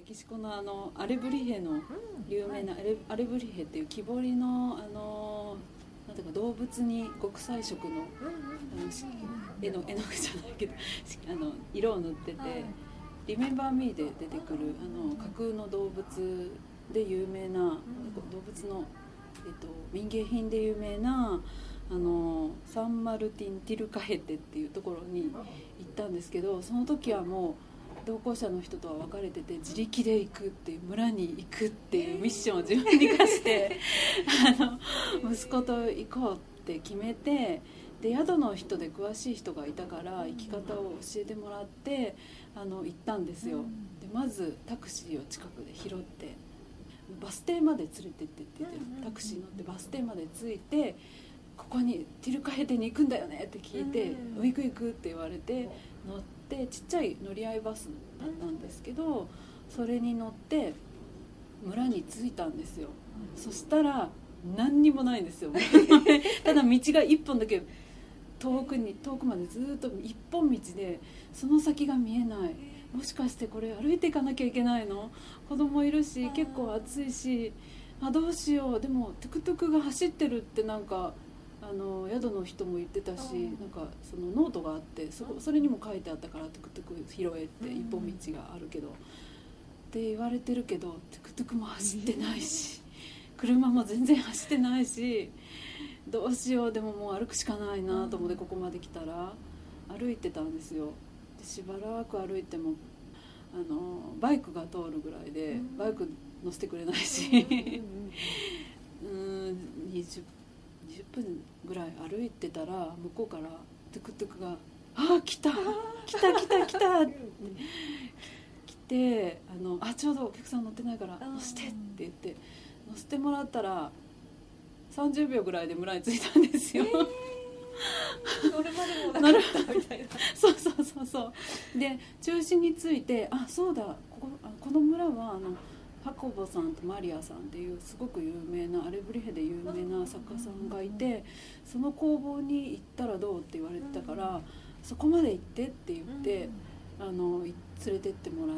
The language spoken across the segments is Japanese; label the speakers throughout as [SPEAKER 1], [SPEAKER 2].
[SPEAKER 1] メキシコのアレブリヘの有名なアレブリヘっていう木彫りのなんていうか動物に極彩色の絵の具じゃないけど色を塗ってて、リメンバーミーで出てくる架空の動物で有名な、動物の、民芸品で有名なサンマルティン・ティルカヘテっていうところに行ったんですけど、その時はもう同行者の人とは別れてて、自力で行くっていう、村に行くっていうミッションを自分に課して息子と行こうって決めて、で宿の人で詳しい人がいたから行き方を教えてもらって行ったんですよ。でまずタクシーを近くで拾ってバス停まで連れてってって言って、タクシー乗ってバス停まで着いて、ここにティルカヘテに行くんだよねって聞いて、行く行くって言われて乗って、ちっちゃい乗り合いバスだったんですけど、それに乗って村に着いたんですよ。そしたら何にもないんですよただ道が一本だけ遠くまでずっと一本道で、その先が見えない。もしかしてこれ歩いていかなきゃいけないの？子供いるし結構暑いし、どうしよう。でもトゥクトゥクが走ってるってなんか宿の人も言ってたし、なんかそのノートがあって、それにも書いてあったから、トゥクトゥク拾えって一本道があるけどって言われてるけど、トゥクトゥクも走ってないし車も全然走ってないし、どうしよう。でももう歩くしかないなと思ってここまで来たら歩いてたんですよ。でしばらく歩いてもバイクが通るぐらいで、バイク乗せてくれないし20分ぐらい歩いてたら、向こうからトゥクトゥクが来たって来て、ちょうどお客さん乗ってないから乗せてって言って乗せてもらったら30秒ぐらいで村に着いたんですよ、
[SPEAKER 2] それまでもなかったみたいな
[SPEAKER 1] そうで中心に着いて、そうだ、この村はハコボさんとマリアさんっていうすごく有名な、アレブリヘで有名な作家さんがいて、その工房に行ったらどうって言われてたから、そこまで行ってって言って連れてってもらって、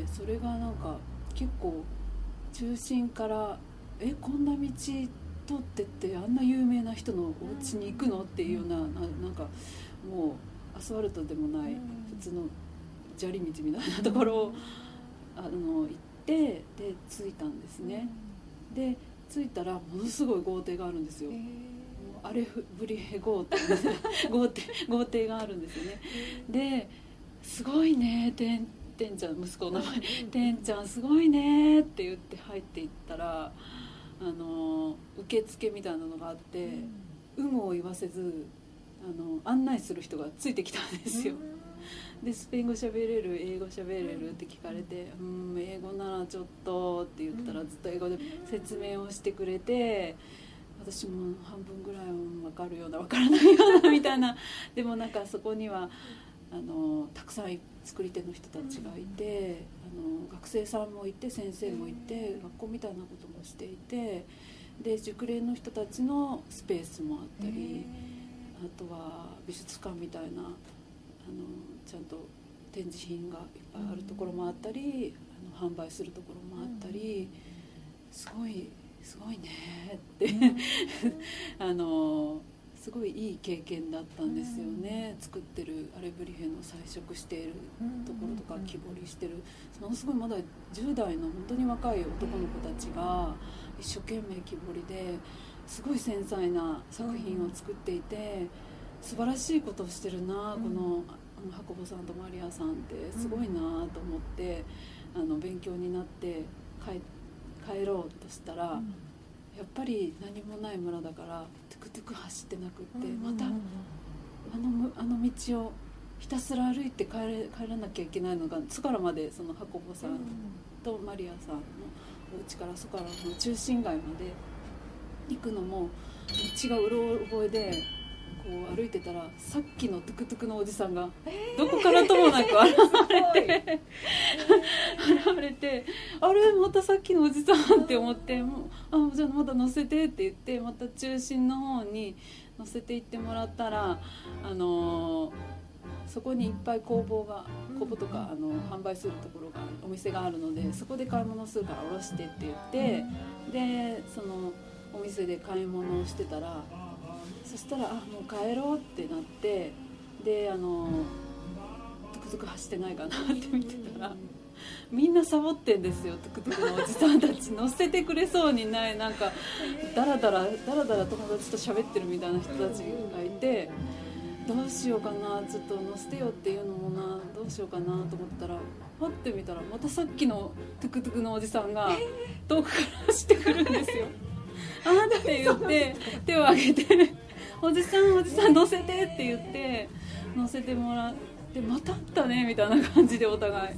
[SPEAKER 1] それがなんか結構中心からこんな道通ってってあんな有名な人のお家に行くのっていうような、なんかもうアスファルトでもない普通の砂利道みたいなところを行ってで着いたんですね。で着いたらものすごい豪邸があるんですよ。アレブリヘ豪邸豪邸があるんですよね。ですごいねてんちゃん、息子の名前てんちゃんすごいねって言って入っていったら、受付みたいなのがあって、有無を言わせず案内する人がついてきたんですよ。でスペイン語喋れる、英語喋れるって聞かれて、英語ならちょっとって言ったら、ずっと英語で説明をしてくれて、私も半分ぐらいは分かるような分からないようなみたいなでもなんかそこにはたくさん作り手の人たちがいて、学生さんもいて先生もいて、学校みたいなこともしていて、で熟練の人たちのスペースもあったり、あとは美術館みたいなちゃんと展示品がいっぱいあるところもあったり、販売するところもあったり、すごいねってすごいいい経験だったんですよね。作ってるアレブリヘの彩色しているところとか木彫りしてる、ものすごいまだ10代の本当に若い男の子たちが一生懸命木彫りですごい繊細な作品を作っていて、素晴らしいことをしてるな、このハコボさんとマリアさんってすごいなと思って、勉強になって帰ろうとしたら、やっぱり何もない村だからトゥクトゥク走ってなくって、またあの道をひたすら歩いて帰らなきゃいけないのが、ソカラまで、そのハコボさんとマリアさんのお家からソカラの中心街まで行くのも道がうろ覚えで、こう歩いてたらさっきのトゥクトゥクのおじさんがどこからともなく現れてあれまたさっきのおじさんって思って、じゃあまた乗せてって言って、また中心の方に乗せて行ってもらったら、 そこにいっぱい工房とか販売するところがお店があるので、そこで買い物するからおろしてって言って、でそのお店で買い物をしてたら、そしたらもう帰ろうってなって、でトゥクトゥク走ってないかなって見てたら、みんなサボってんですよ。トゥクトゥクのおじさんたち乗せてくれそうにない、なんかダラダラ友達と喋ってるみたいな人たちがいて、どうしようかな、ちょっと乗せてよっていうのもな、どうしようかなと思ったら、パッて見たらまたさっきのトゥクトゥクのおじさんが遠くから走ってくるんですよ。あーって言って手を挙げておじさん乗せてって言って乗せてもらって、また会ったねみたいな感じでお互い、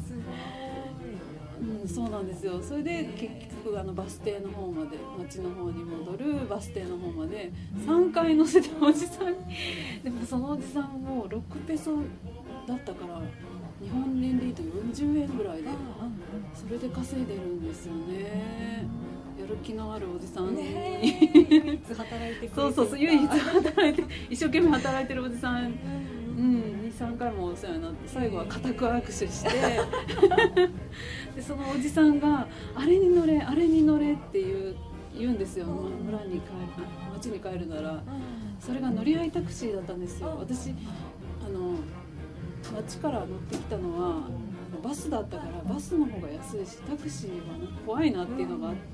[SPEAKER 1] そうなんですよ。それで結局バス停の方まで、町の方に戻るバス停の方まで3回乗せたおじさんにでもそのおじさんも6ペソだったから、日本円で言うと40円ぐらいで、それで稼いでるんですよね。やる気のあるおじさんに、
[SPEAKER 2] 唯一働いてくれて
[SPEAKER 1] そう唯一働いて一生懸命働いてるおじさん、2,3 回もお世話になって、最後は固く握手してでそのおじさんがあれに乗れって言うんですよ。町に帰るなら、それが乗り合いタクシーだったんですよ。私町から乗ってきたのはバスだったから、バスの方が安いし、タクシーは怖いなっていうのがあって、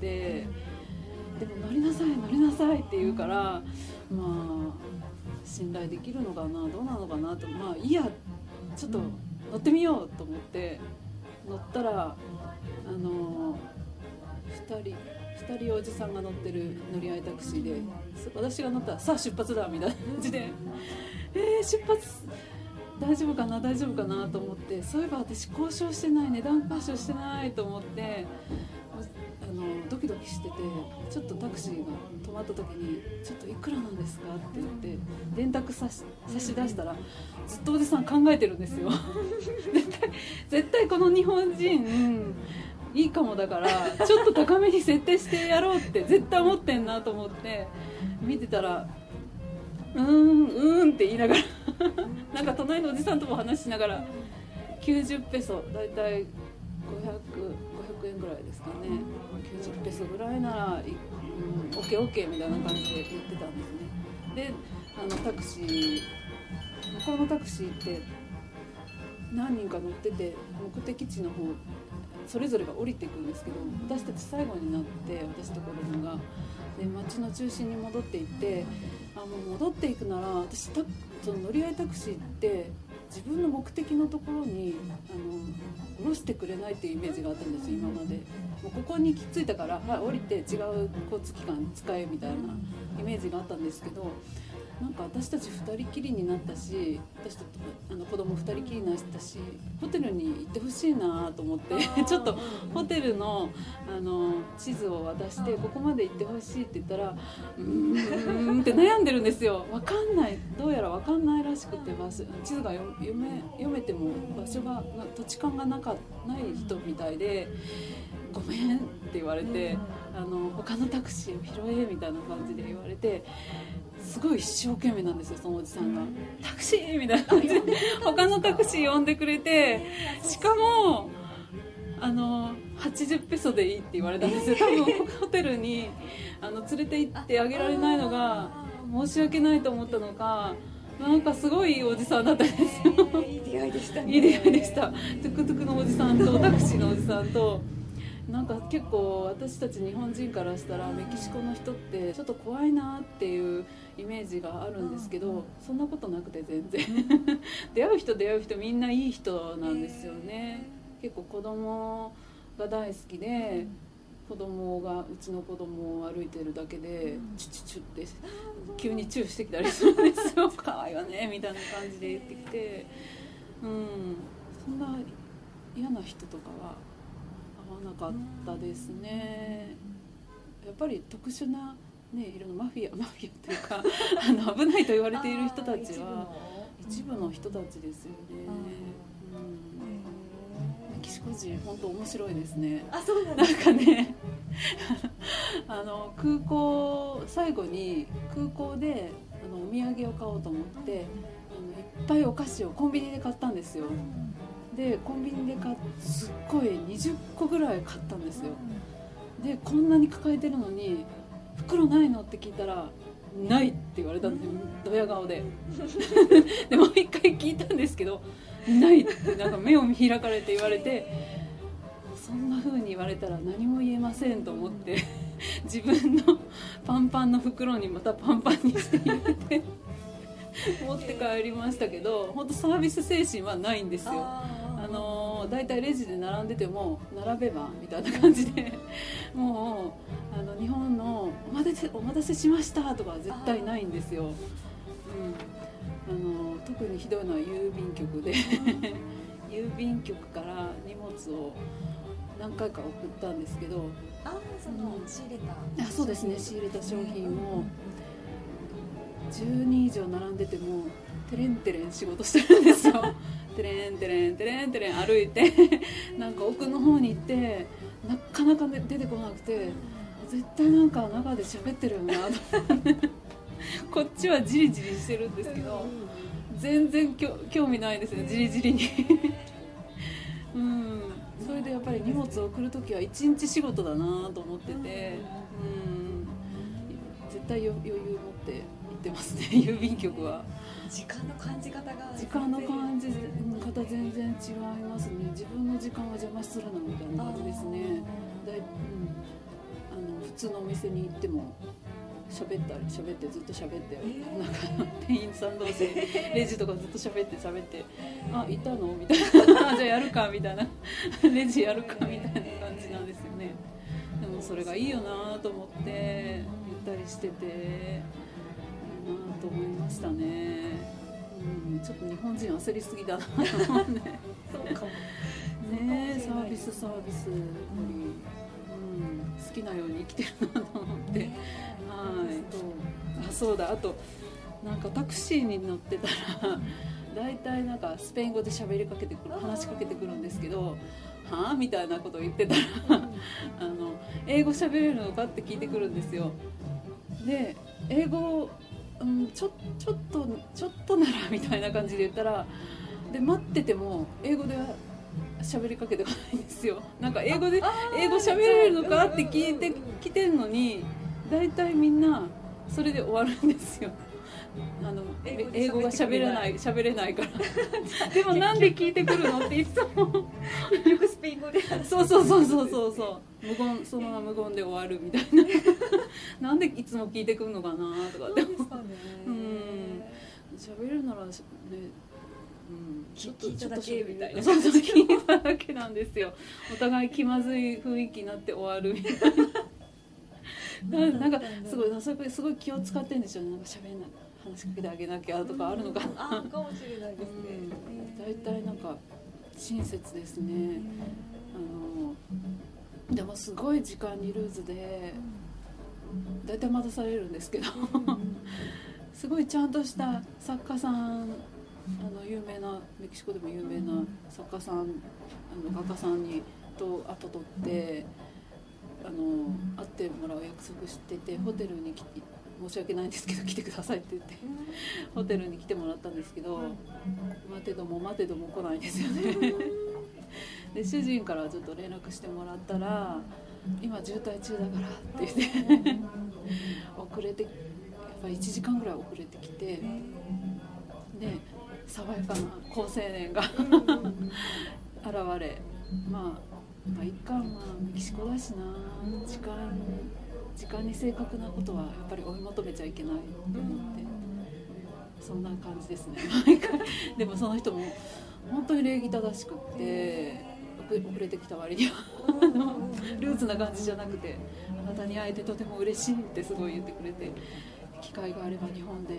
[SPEAKER 1] でも乗りなさいって言うから、まあ信頼できるのかな、どうなのかなと、まあいいや、ちょっと乗ってみようと思って乗ったら、2人おじさんが乗ってる乗り合いタクシーで、私が乗ったらさあ出発だみたいな感じで出発大丈夫かなと思って、そういえば私交渉してない、値段交渉してないと思って、ドキドキしてて、ちょっとタクシーが止まった時にちょっといくらなんですかって言って電卓差し出したら、ずっとおじさん考えてるんですよ絶対この日本人いいかもだから、ちょっと高めに設定してやろうって絶対思ってんなと思って見てたら、って言いながらなんか隣のおじさんとも話しながら、90ペソだいたい500円ぐらいですかね、90ペソぐらいならオッケーみたいな感じで言ってたんですね。でタクシー、向こうのタクシーって何人か乗ってて、目的地の方それぞれが降りていくんですけど、私たち最後になって、私と子供がで街の中心に戻っていって、もう戻っていくなら、私その乗り合いタクシーって自分の目的のところに降ろしてくれないっていうイメージがあったんですよ、今まで。もうここに着いたから、降りて違う交通機関使えみたいなイメージがあったんですけど、なんか私たち2人きりになったし、私と子供2人きりになったし、ホテルに行ってほしいなと思ってちょっとホテルの、地図を渡して、ここまで行ってほしいって言ったら、って悩んでるんですよ。分かんない、どうやら分かんないらしくて、地図が読めても場所が土地勘がない人みたいで、ごめんって言われて、他のタクシーを拾えみたいな感じで言われて、すごい一生懸命なんですよ、そのおじさんが。タクシーみたいな感じで他のタクシー呼んでくれて、しかも80ペソでいいって言われたんですよ。多分ホテルに連れて行ってあげられないのが申し訳ないと思ったのか、なんかすごいいいおじさんだったんですよ。
[SPEAKER 2] いい出会いでしたね。
[SPEAKER 1] いい出会いでした。トゥクトゥクのおじさんとタクシーのおじさんと、なんか結構私たち日本人からしたらメキシコの人ってちょっと怖いなっていうイメージがあるんですけど、そんなことなくて全然出会う人みんないい人なんですよね。結構子供が大好きで、うちの子供を歩いてるだけでチュチュチュって急にチューしてきたりするんですよ。可愛いわねみたいな感じで言ってきて、そんな嫌な人とかは会わなかったですね。やっぱり特殊な、いろんなマフィアというか危ないと言われている人たちは一部の人たちですよね。メキシコ人本当面白いですね。
[SPEAKER 2] そうなん
[SPEAKER 1] ですかね最後に空港でお土産を買おうと思っていっぱいお菓子をコンビニで買ったんですよ。でコンビニですっごい20個ぐらい買ったんですよ。でこんなに抱えてるのに袋ないのって聞いたらないって言われたんですよ、ドヤ顔ででもう一回聞いたんですけどないってなんか目を見開かれて言われて、そんな風に言われたら何も言えませんと思って自分のパンパンの袋にまたパンパンにして入れて持って帰りましたけど、本当サービス精神はないんですよ。だいたいレジで並んでても並べばみたいな感じでもう日本のお待たせしましたとかは絶対ないんですよ。特にひどいのは郵便局で郵便局から荷物を何回か送ったんですけど、
[SPEAKER 2] 仕入れた、
[SPEAKER 1] そうですね、仕入れた商品を10人以上並んでてもテレンテレン仕事してるんですよテレンテレンテレンテレン歩いてなんか奥の方に行ってなかなか出てこなくて、絶対なんか中で喋ってるよなとこっちはジリジリしてるんですけど全然興味ないですね、ジリジリにそれでやっぱり荷物を送るときは一日仕事だなと思ってて、絶対余裕持って行ってますね郵便局は。
[SPEAKER 2] 時間の感じ方が
[SPEAKER 1] 時間の感じ方全然違いますね。自分の時間は邪魔するなみたいな感じですね。普通のお店に行っても喋ってずっと喋って、なんか店員さん同士レジとかずっと喋ってあ、いたのみたいなじゃあやるかみたいなレジやるかみたいな感じなんですよね。でもそれがいいよなと思ってゆったりしてていいなと思いましたね。ちょっと日本人焦りすぎだなと思うね
[SPEAKER 2] そうかも
[SPEAKER 1] ね、サービスやっぱり、好きなように生きてるなと思って、そうだ、あとなんかタクシーに乗ってたら大体なんかスペイン語で喋りかけてくる、話しかけてくるんですけど、はぁみたいなことを言ってたら英語喋れるのかって聞いてくるんですよ。で英語ちょっとならみたいな感じで言ったら、で待ってても英語で喋りかけてこないんですよ。なんか英語喋れるのかって聞いてきてるのに、だいたいみんなそれで終わるんですよ。英語が喋れないからでもなんで聞いてくるのっていつも
[SPEAKER 2] 結局スペイン語で
[SPEAKER 1] そう無言、そのまま無言で終わるみたいななんでいつも聞いてくるのかなとかって思う。喋るならね、
[SPEAKER 2] 聞いただけみたいな。
[SPEAKER 1] そう聞いただけなんですよ。お互い気まずい雰囲気になって終わるみたいななんかすごい気を使ってるんでしょうね。なんか喋れない、話しかけてあげなきゃとかあるのかな。
[SPEAKER 2] かもしれないですね。
[SPEAKER 1] だいたいなんか親切ですね。でもすごい時間にルーズでだいたい待たされるんですけどすごいちゃんとした作家さん、有名なメキシコでも有名な作家さん、画家さんとアポ取って会ってもらう約束してて、ホテルに申し訳ないんですけど来てくださいって言ってホテルに来てもらったんですけど、待てども来ないんですよねで主人からちょっと連絡してもらったら、今渋滞中だからって言って遅れて、やっぱり1時間ぐらい遅れてきて、で爽やかな好青年が現れ、まあいっか、メキシコだしな、時間に正確なことはやっぱり追い求めちゃいけないと思って、そんな感じですね毎回。でもその人も本当に礼儀正しくって、遅れてきた割にはルーズな感じじゃなくて、あなたに会えてとても嬉しいってすごい言ってくれて、機会があれば日本で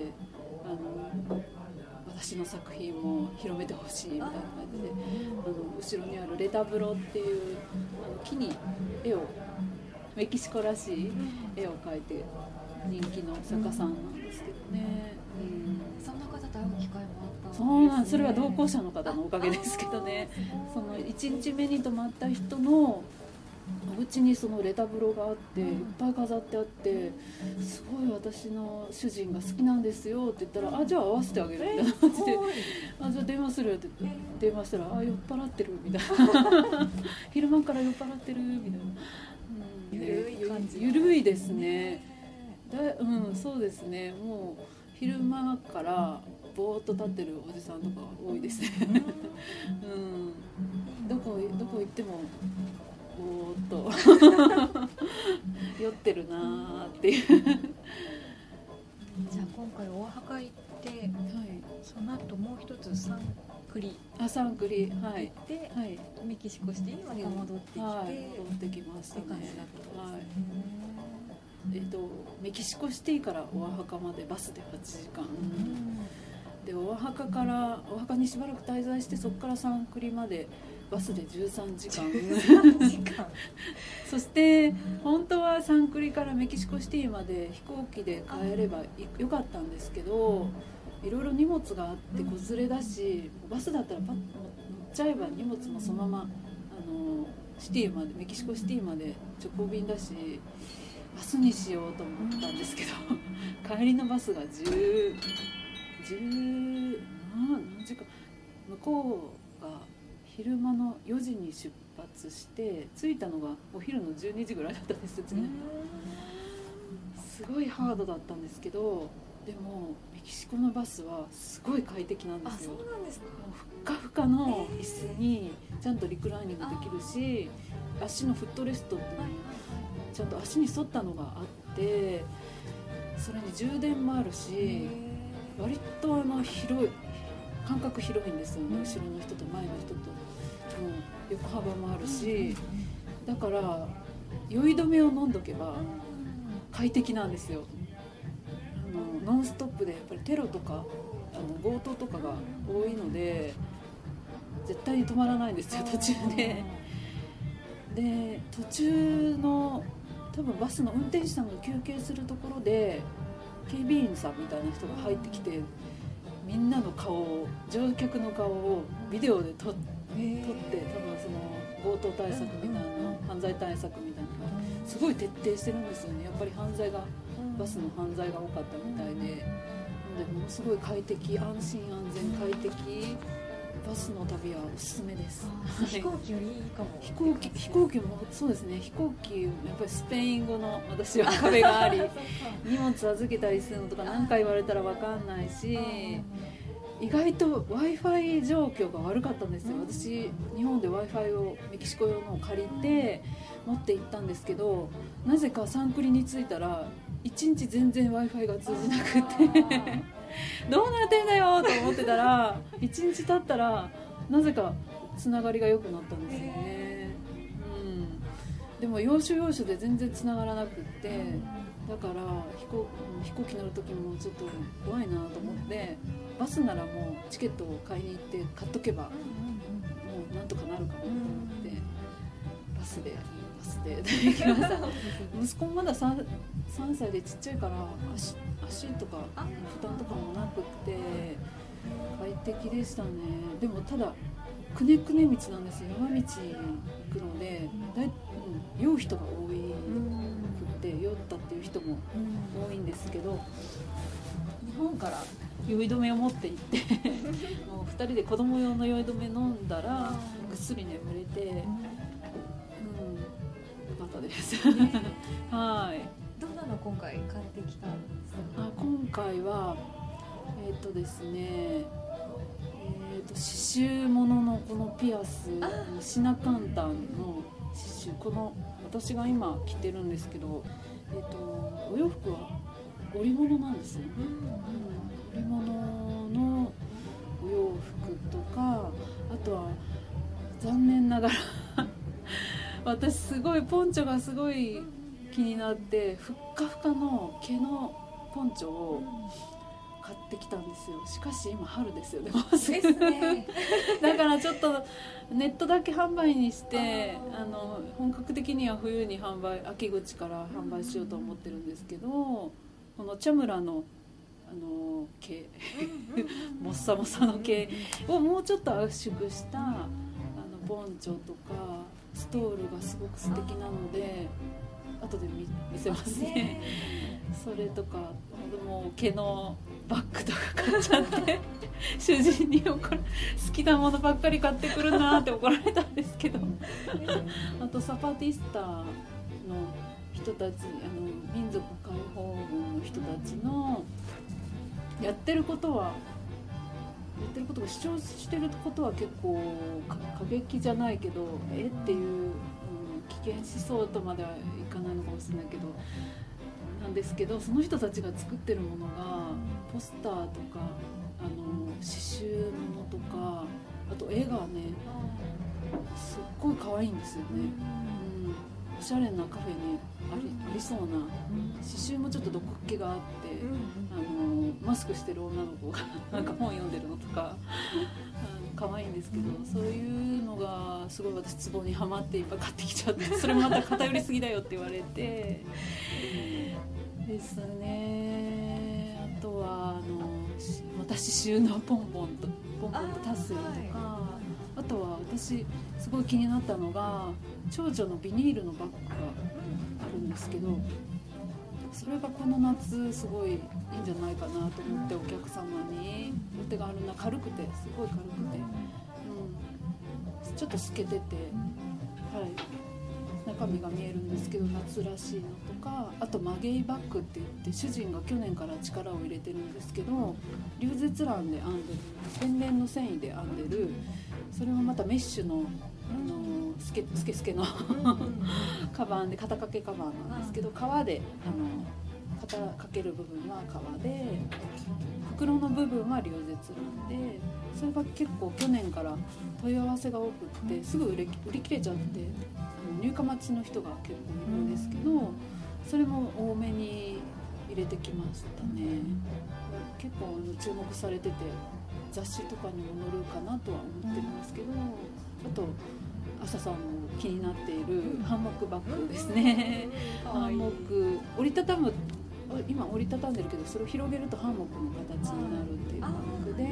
[SPEAKER 1] 私の作品も広めてほしいみたいな感じで、後ろにあるレタブロっていう木に絵を、メキシコらしい絵を描いて人気の作家さんなんですけどね。
[SPEAKER 2] そんな方と会う機会もあった。
[SPEAKER 1] そうなん、それは同行者の方のおかげですけどね。その1日目に泊まった人のお家ちにそのレタブロがあっていっぱい飾ってあって、すごい私の主人が好きなんですよって言ったら、あじゃあ合わせてあげるみたいな感じで、あじゃあ電話するって言って電話したら、あ酔っ払ってるみたいな昼間から酔っ払ってるみたいな、
[SPEAKER 2] ゆるい感じ、
[SPEAKER 1] ゆるいですね。そうですね。もう昼間からぼーっと立ってるおじさんとか多いですねどこ行ってもぼーっと酔ってるなーっていう
[SPEAKER 2] じゃあ今回お墓行って、はい、その後もう一つサンクリ
[SPEAKER 1] はい、
[SPEAKER 2] で、はい、メキシコシティにまた戻ってきて、
[SPEAKER 1] はい、戻ってきましたね。メキシコシティからオアハカまでバスで8時間、でオアハカにしばらく滞在して、そこからサンクリまでバスで13時間そして本当はサンクリからメキシコシティまで飛行機で帰ればよかったんですけど、いろいろ荷物があって子連れだし、バスだったらパッと乗っちゃえば荷物もそのままシティまで、メキシコシティまで直行便だしバスにしようと思ったんですけど帰りのバスが何時か、向こうが昼間の4時に出発して着いたのがお昼の12時ぐらいだったんですよね。すごいハードだったんですけど、でもメキシコのバスはすごい快適なんですよ。
[SPEAKER 2] あ、そうなんですか。
[SPEAKER 1] ふっかふかの椅子にちゃんとリクライニングできるし、足のフットレストっていうのもちゃんと足に沿ったのがあって、それに充電もあるし、割と広い、間隔広いんですよね。後ろの人と前の人とも横幅もあるし、だから酔い止めを飲んどけば快適なんですよ。ノンストップでやっぱりテロとか強盗とかが多いので絶対に止まらないんですよ、途中で。で途中の多分バスの運転手さんが休憩するところで警備員さんみたいな人が入ってきて、みんなの顔を、乗客の顔をビデオで撮って、多分その強盗対策みたいな、犯罪対策みたいなのがすごい徹底してるんですよね。やっぱりバスの犯罪が多かったみたいで、ものすごい快適、安心安全快適バスの旅はおすすめです。
[SPEAKER 2] 飛行機よりいいかも。
[SPEAKER 1] 飛行機もそうですね。飛行機やっぱりスペイン語の私は壁があり荷物預けたりするのとか何回言われたら分かんないし、意外と Wi-Fi 状況が悪かったんですよ。私日本で Wi-Fi をメキシコ用のを借りて持って行ったんですけど、なぜかサンクリに着いたら1日全然 Wi-Fi が通じなくてどうなってんだよと思ってたら1日経ったらなぜかつながりが良くなったんですよね。でも要所要所で全然つながらなくって、だから飛行機乗る時もちょっと怖いなと思って、バスならもうチケットを買いに行って買っとけばもうなんとかなるかもと思ってバスで行きました息子もまだ 3歳でちっちゃいから足とか負担とかもなくって快適でしたね。でもただくねくね道なんですよ。山道行くので酔う人が多いくって酔ったっていう人も多いんですけど、日本から酔い止めを持って行ってもう2人で子供用の酔い止め飲んだらぐっすり眠れて、よかったです、はい。
[SPEAKER 2] どんなの今回買ってきたんですか？
[SPEAKER 1] 今回はですね、刺繍物のこのピアス、シナカンタンの刺繍、この私が今着てるんですけど、お洋服は織物なんですよね。織物のお洋服とか、あとは残念ながら私すごいポンチョがすごい気になってふっかふかの毛のポンチョを買ってきたんですよ。しかし今春ですよね。
[SPEAKER 2] ですね
[SPEAKER 1] だからちょっとネットだけ販売にして本格的には冬に秋口から販売しようと思ってるんですけど、このチャムラの毛もっさもさの毛をもうちょっと圧縮したポンチョとかストールがすごく素敵なので後で見せますね。それとかもう毛のバッグとか買っちゃって主人に好きなものばっかり買ってくるなって怒られたんですけどあとサパティスタの人たち民族解放軍の人たちのやってることが主張してることは結構過激じゃないけどっていう、危険思想とまではいかないのかもしれないけどなんですけど、その人たちが作ってるものがポスターとか刺繍物とかあと絵がねすっごい可愛いんですよね、おしゃれなカフェにありそうな刺繍もちょっと毒気があって、マスクしてる女の子がなんか本読んでるのとか可愛いんですけど、そういうのがすごい私ツボにはまっていっぱい買ってきちゃって、それもまた偏りすぎだよって言われてですね。あとは私収納ポンポンとタッスルとか、あとは私すごい気になったのが長女のビニールのバッグがあるんですけど、それがこの夏すごいいいんじゃないかなと思ってお客様にお手軽な軽くてすごい軽くて、ちょっと透けてて、中身が見えるんですけど夏らしいのとか、あとマゲイバッグって言って主人が去年から力を入れてるんですけど、リュウゼツランで編んでる天然の繊維で編んでる、それもまたメッシュのスケのカバンで肩掛けカバンなんですけど、革で肩掛ける部分は革で袋の部分はリュウゼツランで、それが結構去年から問い合わせが多くってすぐ売り切れちゃって、入荷待ちの人が結構いるんですけど、それも多めに入れてきましたね。結構注目されてて雑誌とかにも載るかなとは思ってるんですけど、あと朝さんも気になっているハンモックバッグですね。ハンモック今折りたたんでるけど、それを広げるとハンモックの形になるっていうバッグで、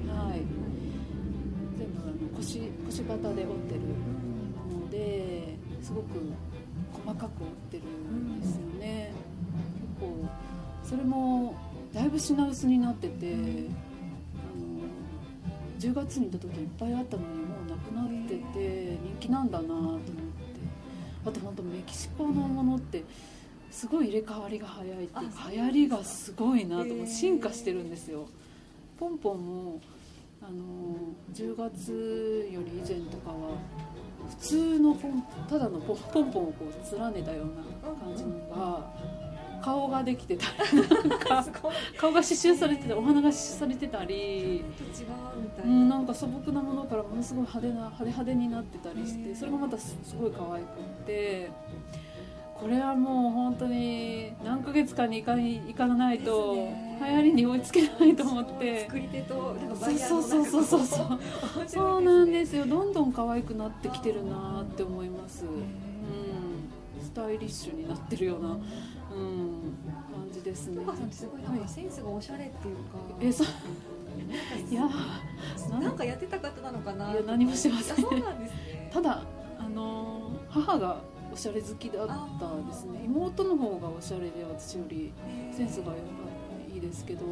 [SPEAKER 1] 全部腰型で折ってるのですごく細かく折ってるんですよね。結構それもだいぶ品薄になってて、10月に行った時いっぱいあったのにもうなくなってて人気なんだなと思って、あと本当メキシコのものってすごい入れ替わりが早いっていうか、流行りがすごいなと思って進化してるんですよ。ポンポンも10月より以前とかは普通のただのポンポンをこう連ねたような感じのが顔ができてたりなんか顔が刺繍されててお花が刺繍されてたり、なんか素朴なものからものすごい派手になってたりして、それがまたすごい可愛くって、これはもう本当に何ヶ月かに行かないと流行りに追いつけないと思って、
[SPEAKER 2] 作り手となんかバイヤー
[SPEAKER 1] のそうなんですよ。どんどん可愛くなってきてるなって思います。スタイリッシュになってるような、感じですね。
[SPEAKER 2] すごいなんかセンスがおしゃれっていうか、
[SPEAKER 1] いや
[SPEAKER 2] なんかやってた方なのかな。
[SPEAKER 1] いや何もしません。
[SPEAKER 2] そうなんですね。
[SPEAKER 1] ただ母がおしゃれ好きだったですね。妹の方がおしゃれで私よりセンスがいいですけど、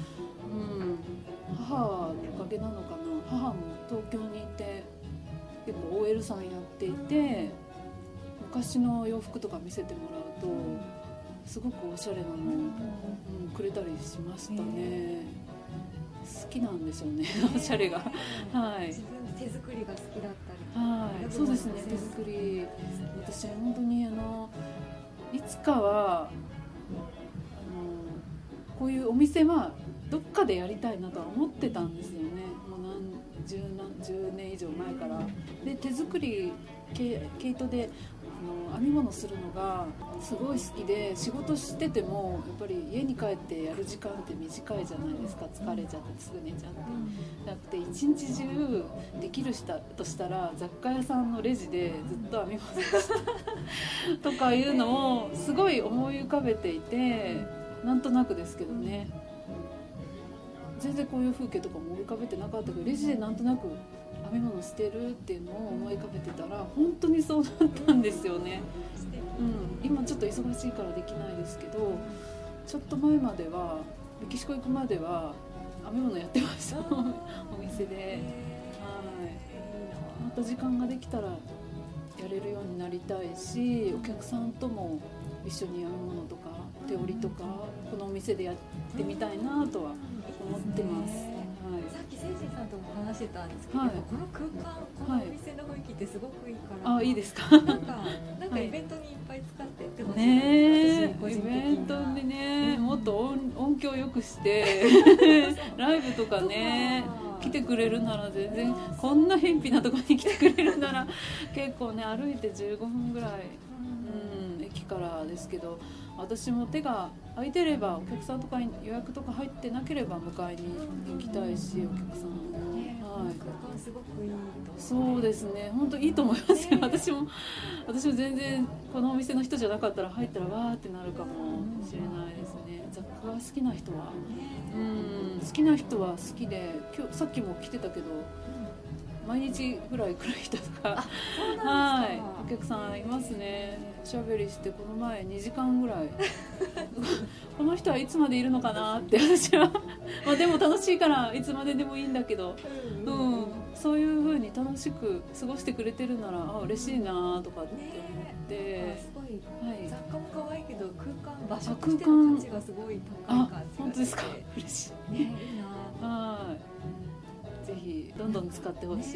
[SPEAKER 1] 母のおかげなのかな。母も東京にいて結構 OL さんやっていて、昔の洋服とか見せてもらうとすごくおしゃれなの、くれたりしましたね。好きなんでしょうねおしゃれが。
[SPEAKER 2] 自分で手作りが好きだったり。
[SPEAKER 1] そうですね、手作り。私本当にいつかはこういうお店はどっかでやりたいなとは思ってたんですよね。もう10年以上前からで、手作り毛糸で編み物するのがすごい好きで、仕事しててもやっぱり家に帰ってやる時間って短いじゃないですか。疲れちゃってすぐ寝ちゃって、だって一日中できるとしたら雑貨屋さんのレジでずっと編み物したとかいうのをすごい思い浮かべていて、なんとなくですけどね、全然こういう風景とかも思い浮かべてなかったけど、レジでなんとなく編み物捨てるっていうのを思い浮かべてたら本当にそうなったんですよね、今ちょっと忙しいからできないですけど、ちょっと前まではメキシコ行くまでは編み物やってましたお店で、また時間ができたらやれるようになりたいし、お客さんとも一緒に編み物とか手織りとかこのお店でやってみたいなとは思ってます、
[SPEAKER 2] さっきせいじさんとも話してたんですけど、この空間、このお店の雰囲気ってすごくいいから、
[SPEAKER 1] いいですか
[SPEAKER 2] なんかイベントにいっぱい使ってってほしい
[SPEAKER 1] ね、イベントでね、もっと音響良くしてライブとかね来てくれるなら全然、こんな偏僻なところに来てくれるなら結構ね、歩いて15分ぐらい、駅からですけど、私も手が空いてればお客さんとかに予約とか入ってなければ迎えに行きたいし、お客さんも、
[SPEAKER 2] すごくいいと。
[SPEAKER 1] そうですね、本当いいと思いますよ、私も全然このお店の人じゃなかったら入ったらわーってなるかもしれないですね。雑貨が好きな人は、好きな人は好きで、今日さっきも来てたけど毎日ぐらい来る人とか、お客さんいますね。おしゃべりして、この前2時間ぐらいこの人はいつまでいるのかなって私はまあでも楽しいからいつまででもいいんだけど、そういう風に楽しく過ごしてくれてるなら嬉しいなとかって思って、
[SPEAKER 2] すごい、雑貨も可愛いけど場所
[SPEAKER 1] と
[SPEAKER 2] しての価値がすごい高い感じがして、
[SPEAKER 1] 本当ですか、嬉しい、
[SPEAKER 2] いいな。
[SPEAKER 1] ぜひどんどん使ってほしい。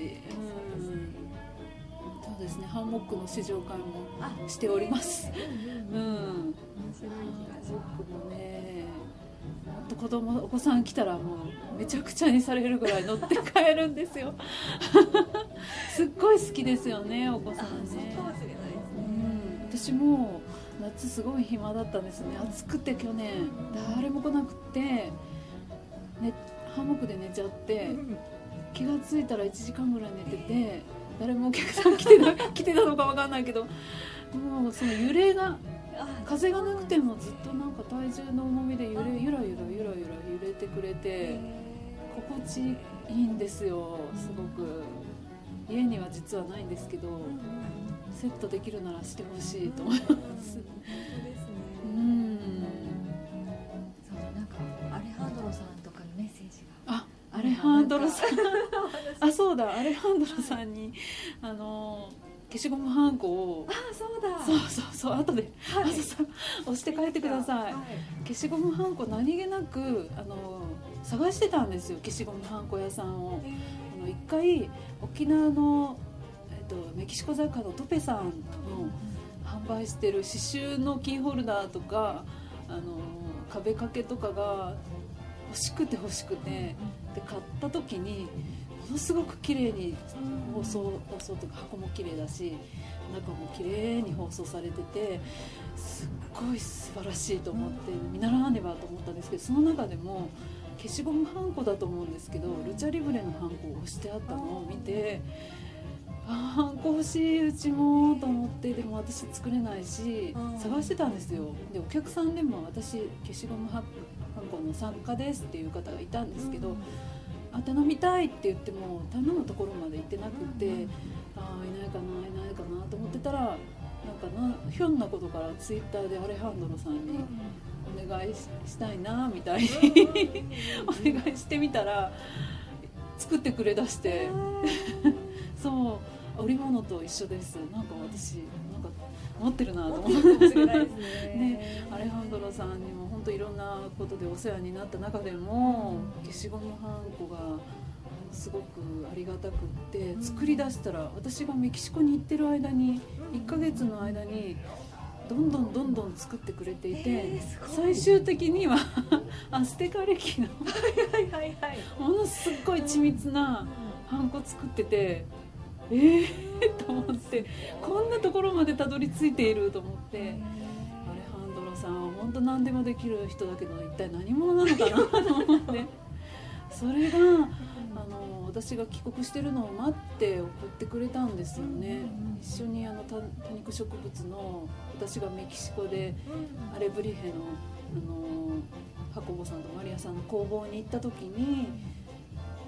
[SPEAKER 1] そうですね、ハンモックの試乗会もしております。
[SPEAKER 2] 面白い気がする。
[SPEAKER 1] 僕もね、お子さん来たらもうめちゃくちゃにされるぐらい乗って帰るんですよすっごい好きですよね、お子さんね。
[SPEAKER 2] そうかもしれないですね。
[SPEAKER 1] 私も夏すごい暇だったんですね。暑くて去年誰も来なくて、ハンモックで寝ちゃって、気がついたら1時間ぐらい寝てて、誰もお客さん来てたのか分かんないけど、もうその揺れが、風がなくてもずっとなんか体重の重みでゆらゆら揺れてくれて、心地いいんですよ。すごく家には実はないんですけど、セットできるならしてほしいと思います。
[SPEAKER 2] そうですね。そう、なんかアレハンドロさんとかにメッセージが。
[SPEAKER 1] アレハンドロさんそうだ、アレハンドロさんに消しゴムはんこを、そう後で押して帰ってください。消しゴムはんこ何気なく探してたんですよ、消しゴムはんこ屋さんを。一回沖縄の、メキシコ雑貨のトペさんの販売してる刺繍のキーホルダーとか壁掛けとかが欲しくてで買った時にものすごく綺麗に包装とか箱も綺麗だし、中も綺麗に包装されてて、すっごい素晴らしいと思って見習わねばと思ったんですけど、その中でも消しゴムはんこだと思うんですけど、ルチャリブレのはんこを押してあったのを見て、はんこ欲しいうちもと思って、でも私作れないし探してたんですよ。でお客さんでも私消しゴムはんこの作家ですっていう方がいたんですけど、頼みたいって言っても頼むところまで行ってなくて、いないかなと思ってたら、ひょんなことからツイッターでアレハンドロさんにお願いしたいなみたいにお願いしてみたら作ってくれだしてそう織物と一緒です。なんか私持ってるなと思ってね、アレハンドロさんにも本当いろんなことでお世話になった中でも、消しゴムはんこがすごくありがたくって、作り出したら私がメキシコに行ってる間に1ヶ月の間にどんどん作ってくれていて、最終的にはアステカ歴のものすごい緻密なはんこ作ってて、と思って、こんなところまでたどり着いていると思って、アレハンドロさんは本当何でもできる人だけど、一体何者なのかなと思ってそれが私が帰国してるのを待って送ってくれたんですよね。一緒に多肉植物の、私がメキシコでアレブリヘのハコボさんとマリアさんの工房に行った時に、やっぱ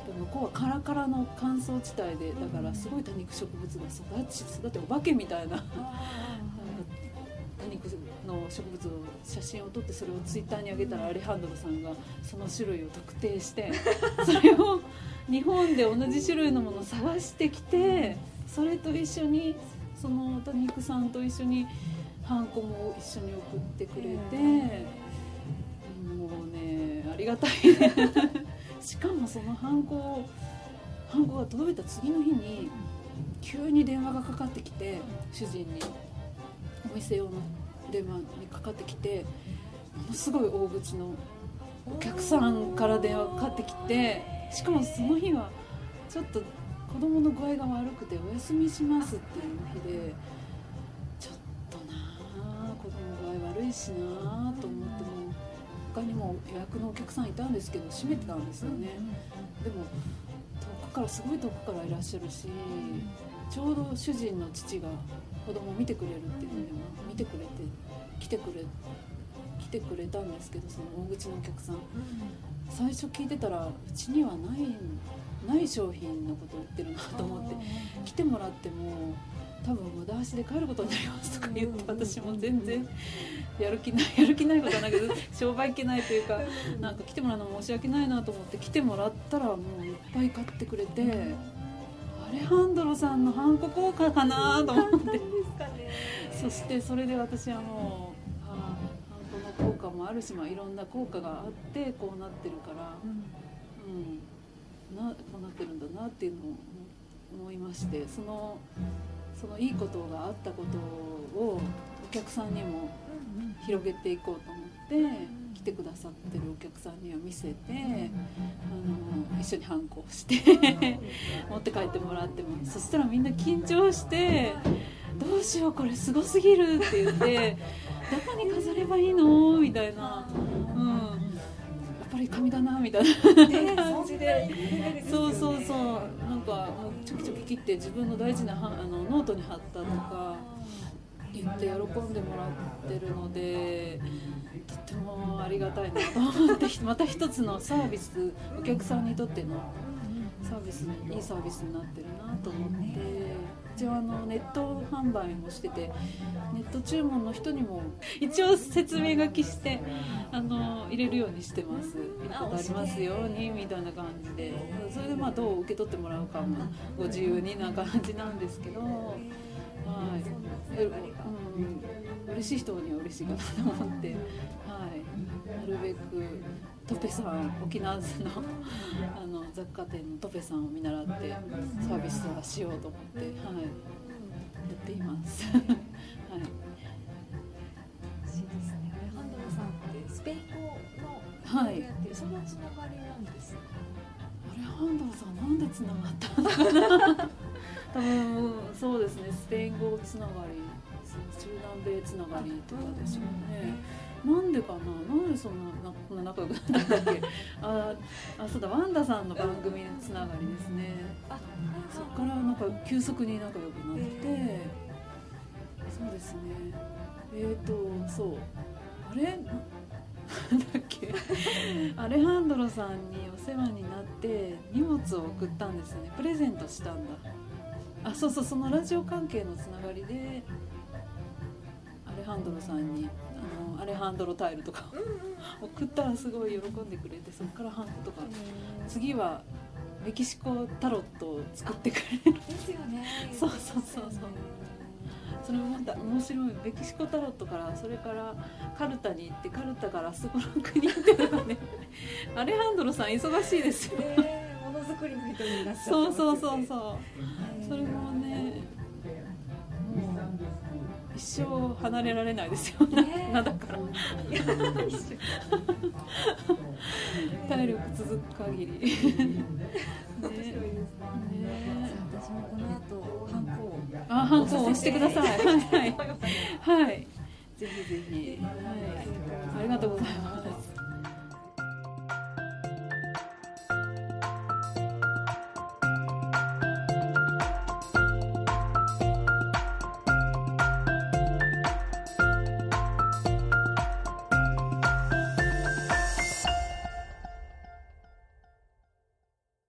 [SPEAKER 1] 向こうはカラカラの乾燥地帯で、だからすごい多肉植物が育ってお化けみたいな多肉の植物を写真を撮って、それをツイッターに上げたらアレハンドロさんがその種類を特定してそれを日本で同じ種類のものを探してきて、それと一緒にその多肉さんと一緒にハンコも一緒に送ってくれて、もうねありがたいねしかもそのハンコが届いた次の日に急に電話がかかってきて、主人にお店用の電話にかかってきて、ものすごい大口のお客さんから電話がかかってきて、しかもその日はちょっと子供の具合が悪くてお休みしますっていう日で、ちょっとな子供具合悪いしなと思って、も他にも予約のお客さんいたんですけど閉めてたんですよね。でもすごい遠くからいらっしゃるし、ちょうど主人の父が子供を見てくれるっていうので見てくれて来てくれたんですけど、その大口のお客さん、最初聞いてたらうちにはない商品のことを言ってるなと思って、来てもらっても多分無駄足で帰ることになりますとか言って、私も全然やる気ないことはないけど商売いけないというか、なんか来てもらうの申し訳ないなと思って来てもらったら、もういっぱい買ってくれて、アレハンドロさんのハンコ効果かなと思ってそしてそれで私はもうハンコの効果もあるし、いろんな効果があってこうなってるから、こうなってるんだなっていうのを思いまして、そのいいことがあったことをお客さんにも広げていこうと思って、来てくださってるお客さんには見せて、一緒にハンコをして持って帰ってもらってます。そしたらみんな緊張して、どうしようこれすごすぎるって言って、どこに飾ればいいのみたいな、やっぱり紙だなみたいな感じで、そうなんかもうちょきちょき切って自分の大事なノートに貼ったとか言って喜んでもらってるので、とってもありがたいなと思ってまた一つのサービス、お客さんにとってのサービスにいいサービスになってるなと思って、一応ネット販売もしてて、ネット注文の人にも一応説明書きして入れるようにしてます。見たことありますようにみたいな感じで、それでどう受け取ってもらうかもご自由にな感じなんですけど、嬉しい人には嬉しいかなと思って、なるべくトペさん、沖縄図の雑貨店のトペさんを見習ってサービスはしようと思って、やっていますはい。
[SPEAKER 2] そうですね。アレハンドロさんってスペイン語のやってる、そのつながりなんですか？
[SPEAKER 1] アレハンドロさんなんでつながったのかな多分そうですね、スペイン語つながり、中南米つながりとかでしょうね。なんでかな、なんでこんな仲良くなったんだっけそうだ、ワンダさんの番組つながりですね。そこからなんか急速に仲良くなって、そうですね、そうあれなんだっけアレハンドロさんにお世話になって荷物を送ったんですよね。プレゼントしたんだ。そう、そのラジオ関係のつながりでアレハンドロさんにアレハンドロタイルとか送ったらすごい喜んでくれて、そこからハンコとか、次はメキシコタロットを作ってくれる
[SPEAKER 2] ですよね。
[SPEAKER 1] そうそれもまた面白い。メキシコタロットからそれからカルタに行って、カルタからすごろくに行ってとかねアレハンドロさん忙しいですよ、
[SPEAKER 2] ものづくりの人にいらっしゃって
[SPEAKER 1] そうそれもね、もう一生離れられないですよね、だから体力続く限り面白いですね。
[SPEAKER 2] 私もこの後
[SPEAKER 1] ハンコを押してくださいはい、ぜひ、ありがとうございます。